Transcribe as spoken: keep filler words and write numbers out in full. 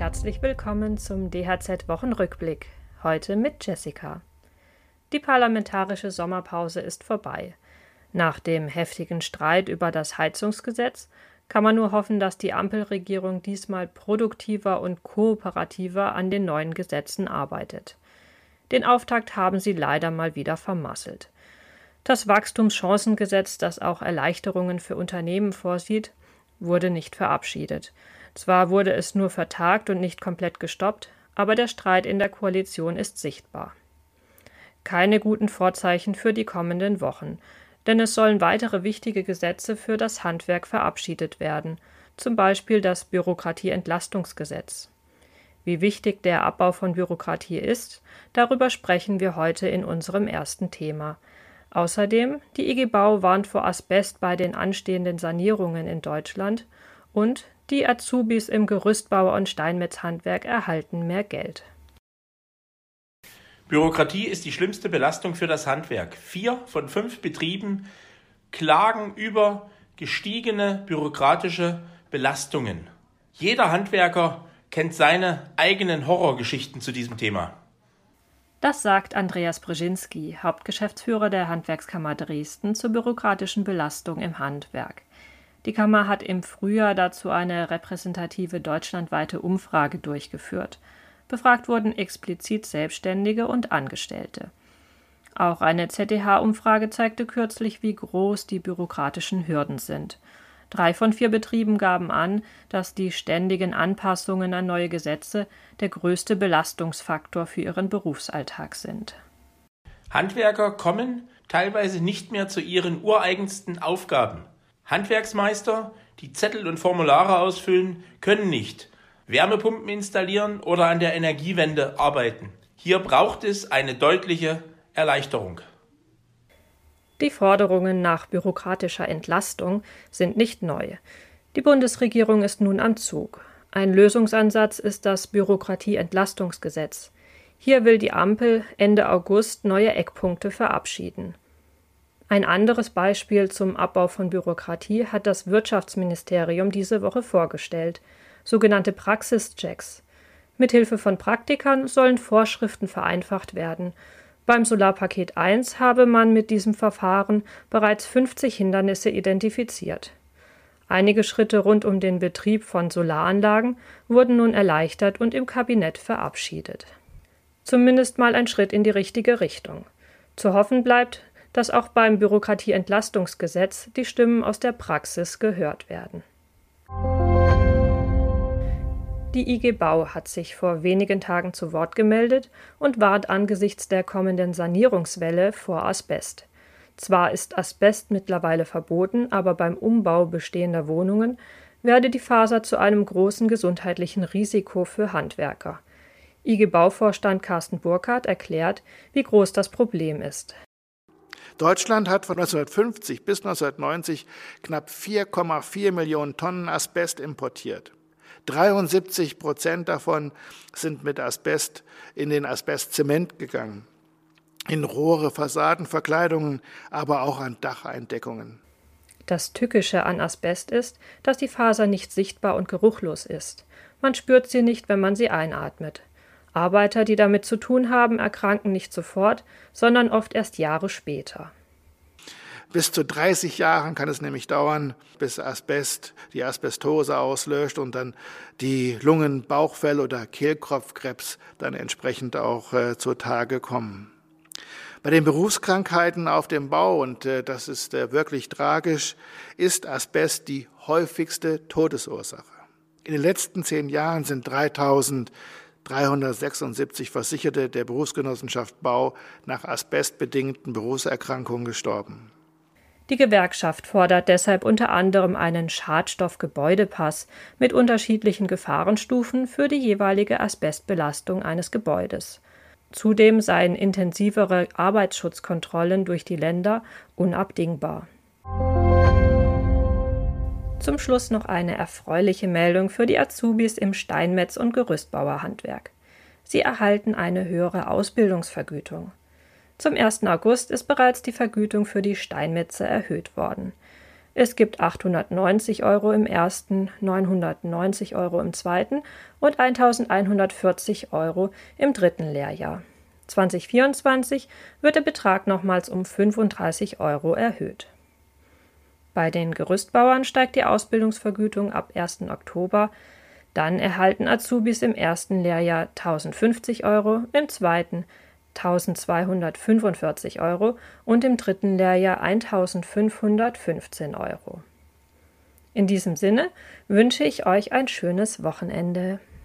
Herzlich willkommen zum D H Z-Wochenrückblick, heute mit Jessica. Die parlamentarische Sommerpause ist vorbei. Nach dem heftigen Streit über das Heizungsgesetz kann man nur hoffen, dass die Ampelregierung diesmal produktiver und kooperativer an den neuen Gesetzen arbeitet. Den Auftakt haben sie leider mal wieder vermasselt. Das Wachstumschancengesetz, das auch Erleichterungen für Unternehmen vorsieht, wurde nicht verabschiedet. Zwar wurde es nur vertagt und nicht komplett gestoppt, aber der Streit in der Koalition ist sichtbar. Keine guten Vorzeichen für die kommenden Wochen, denn es sollen weitere wichtige Gesetze für das Handwerk verabschiedet werden, zum Beispiel das Bürokratieentlastungsgesetz. Wie wichtig der Abbau von Bürokratie ist, darüber sprechen wir heute in unserem ersten Thema. Außerdem, die I G Bau warnt vor Asbest bei den anstehenden Sanierungen in Deutschland und die Azubis im Gerüstbauer- und Steinmetzhandwerk erhalten mehr Geld. Bürokratie ist die schlimmste Belastung für das Handwerk. Vier von fünf Betrieben klagen über gestiegene bürokratische Belastungen. Jeder Handwerker kennt seine eigenen Horrorgeschichten zu diesem Thema. Das sagt Andreas Brzezinski, Hauptgeschäftsführer der Handwerkskammer Dresden, zur bürokratischen Belastung im Handwerk. Die Kammer hat im Frühjahr dazu eine repräsentative deutschlandweite Umfrage durchgeführt. Befragt wurden explizit Selbstständige und Angestellte. Auch eine Z D H-Umfrage zeigte kürzlich, wie groß die bürokratischen Hürden sind. Drei von vier Betrieben gaben an, dass die ständigen Anpassungen an neue Gesetze der größte Belastungsfaktor für ihren Berufsalltag sind. Handwerker kommen teilweise nicht mehr zu ihren ureigensten Aufgaben. Handwerksmeister, die Zettel und Formulare ausfüllen, können nicht Wärmepumpen installieren oder an der Energiewende arbeiten. Hier braucht es eine deutliche Erleichterung. Die Forderungen nach bürokratischer Entlastung sind nicht neu. Die Bundesregierung ist nun am Zug. Ein Lösungsansatz ist das Bürokratieentlastungsgesetz. Hier will die Ampel Ende August neue Eckpunkte verabschieden. Ein anderes Beispiel zum Abbau von Bürokratie hat das Wirtschaftsministerium diese Woche vorgestellt, sogenannte Praxischecks. Mithilfe von Praktikern sollen Vorschriften vereinfacht werden. Beim Solarpaket eins habe man mit diesem Verfahren bereits fünfzig Hindernisse identifiziert. Einige Schritte rund um den Betrieb von Solaranlagen wurden nun erleichtert und im Kabinett verabschiedet. Zumindest mal ein Schritt in die richtige Richtung. Zu hoffen bleibt, dass auch beim Bürokratieentlastungsgesetz die Stimmen aus der Praxis gehört werden. Die I G Bau hat sich vor wenigen Tagen zu Wort gemeldet und warnt angesichts der kommenden Sanierungswelle vor Asbest. Zwar ist Asbest mittlerweile verboten, aber beim Umbau bestehender Wohnungen werde die Faser zu einem großen gesundheitlichen Risiko für Handwerker. I G Bau-Vorstand Carsten Burkhardt erklärt, wie groß das Problem ist. Deutschland hat von neunzehnhundertfünfzig bis neunzehnhundertneunzig knapp vier Komma vier Millionen Tonnen Asbest importiert. dreiundsiebzig Prozent davon sind mit Asbest in den Asbestzement gegangen. In Rohre, Fassadenverkleidungen, aber auch an Dacheindeckungen. Das Tückische an Asbest ist, dass die Faser nicht sichtbar und geruchlos ist. Man spürt sie nicht, wenn man sie einatmet. Arbeiter, die damit zu tun haben, erkranken nicht sofort, sondern oft erst Jahre später. Bis zu dreißig Jahren kann es nämlich dauern, bis Asbest die Asbestose auslöscht und dann die Lungen-, Bauchfell- oder Kehlkopfkrebs dann entsprechend auch äh, zutage kommen. Bei den Berufskrankheiten auf dem Bau, und äh, das ist äh, wirklich tragisch, ist Asbest die häufigste Todesursache. In den letzten zehn Jahren sind dreitausenddreihundertsechsundsiebzig Versicherte der Berufsgenossenschaft Bau nach asbestbedingten Berufserkrankungen gestorben. Die Gewerkschaft fordert deshalb unter anderem einen Schadstoffgebäudepass mit unterschiedlichen Gefahrenstufen für die jeweilige Asbestbelastung eines Gebäudes. Zudem seien intensivere Arbeitsschutzkontrollen durch die Länder unabdingbar. Zum Schluss noch eine erfreuliche Meldung für die Azubis im Steinmetz- und Gerüstbauerhandwerk. Sie erhalten eine höhere Ausbildungsvergütung. Zum ersten August ist bereits die Vergütung für die Steinmetze erhöht worden. Es gibt achthundertneunzig Euro im ersten, neunhundertneunzig Euro im zweiten und eintausendeinhundertvierzig Euro im dritten Lehrjahr. zwanzig vierundzwanzig wird der Betrag nochmals um fünfunddreißig Euro erhöht. Bei den Gerüstbauern steigt die Ausbildungsvergütung ab ersten Oktober. Dann erhalten Azubis im ersten Lehrjahr tausendfünfzig Euro, im zweiten tausendzweihundertfünfundvierzig Euro und im dritten Lehrjahr eintausendfünfhundertfünfzehn Euro. In diesem Sinne wünsche ich euch ein schönes Wochenende.